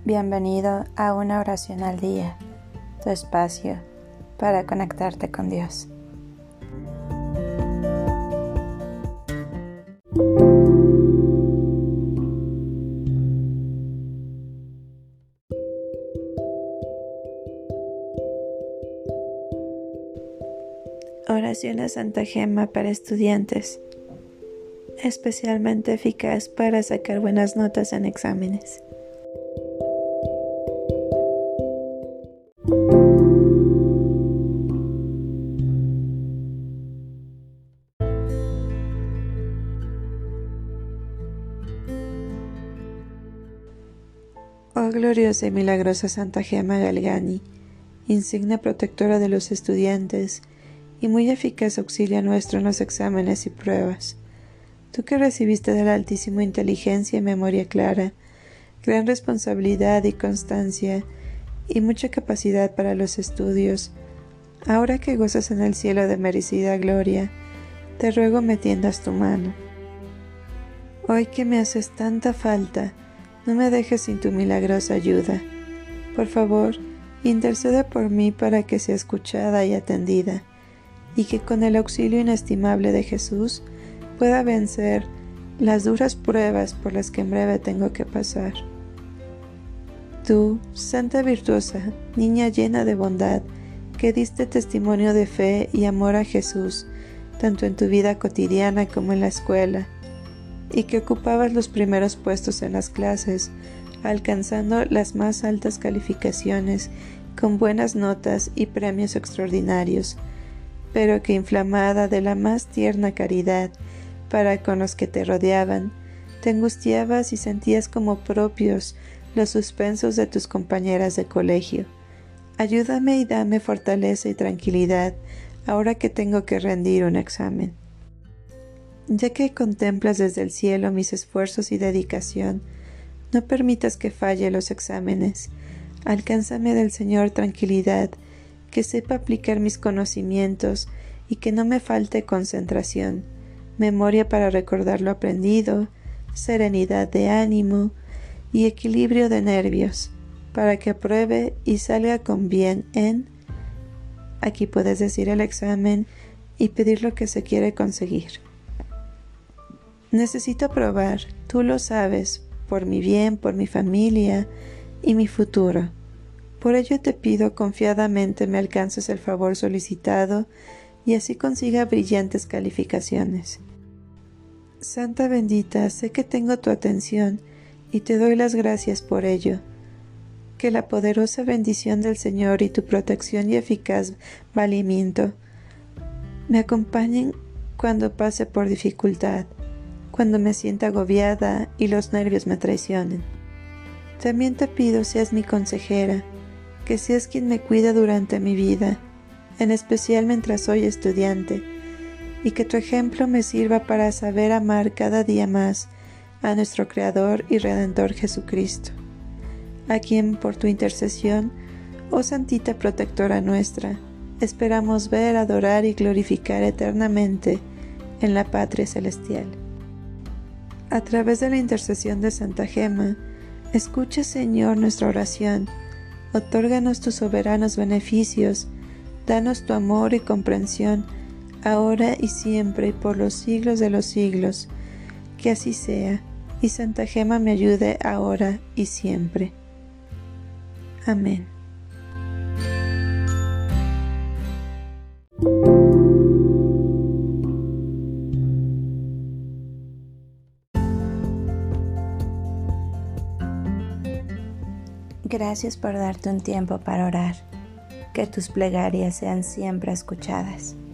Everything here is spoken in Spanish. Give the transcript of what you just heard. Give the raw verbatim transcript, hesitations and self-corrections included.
Bienvenido a una oración al día, tu espacio para conectarte con Dios. Oración a Santa Gema para estudiantes, especialmente eficaz para sacar buenas notas en exámenes. Oh gloriosa y milagrosa Santa Gema Galgani, insignia protectora de los estudiantes y muy eficaz auxilio nuestro en los exámenes y pruebas. Tú que recibiste del Altísimo inteligencia y memoria clara, gran responsabilidad y constancia, y mucha capacidad para los estudios, ahora que gozas en el cielo de merecida gloria, te ruego me tiendas tu mano. Hoy que me haces tanta falta, no me dejes sin tu milagrosa ayuda. Por favor, intercede por mí para que sea escuchada y atendida, y que con el auxilio inestimable de Jesús pueda vencer las duras pruebas por las que en breve tengo que pasar. Tú, Santa Virtuosa, niña llena de bondad, que diste testimonio de fe y amor a Jesús, tanto en tu vida cotidiana como en la escuela, y que ocupabas los primeros puestos en las clases, alcanzando las más altas calificaciones con buenas notas y premios extraordinarios, pero que inflamada de la más tierna caridad para con los que te rodeaban, te angustiabas y sentías como propios los suspensos de tus compañeras de colegio. Ayúdame y dame fortaleza y tranquilidad ahora que tengo que rendir un examen. Ya que contemplas desde el cielo mis esfuerzos y dedicación, no permitas que falle los exámenes. Alcánzame del Señor tranquilidad, que sepa aplicar mis conocimientos y que no me falte concentración, memoria para recordar lo aprendido, serenidad de ánimo y equilibrio de nervios, para que apruebe y salga con bien en... Aquí puedes decir el examen y pedir lo que se quiere conseguir. Necesito aprobar, tú lo sabes, por mi bien, por mi familia y mi futuro. Por ello te pido confiadamente me alcances el favor solicitado y así consiga brillantes calificaciones. Santa bendita, sé que tengo tu atención y te doy las gracias por ello. Que la poderosa bendición del Señor y tu protección y eficaz valimiento me acompañen cuando pase por dificultad, cuando me sienta agobiada y los nervios me traicionen. También te pido seas mi consejera, que seas quien me cuida durante mi vida, en especial mientras soy estudiante, y que tu ejemplo me sirva para saber amar cada día más a nuestro Creador y Redentor Jesucristo, a quien por tu intercesión, oh Santita Protectora nuestra, esperamos ver, adorar y glorificar eternamente en la patria celestial. A través de la intercesión de Santa Gema, escucha, Señor, nuestra oración. Otórganos tus soberanos beneficios, danos tu amor y comprensión, ahora y siempre y por los siglos de los siglos. Que así sea, y Santa Gema me ayude ahora y siempre. Amén. Gracias por darte un tiempo para orar. Que tus plegarias sean siempre escuchadas.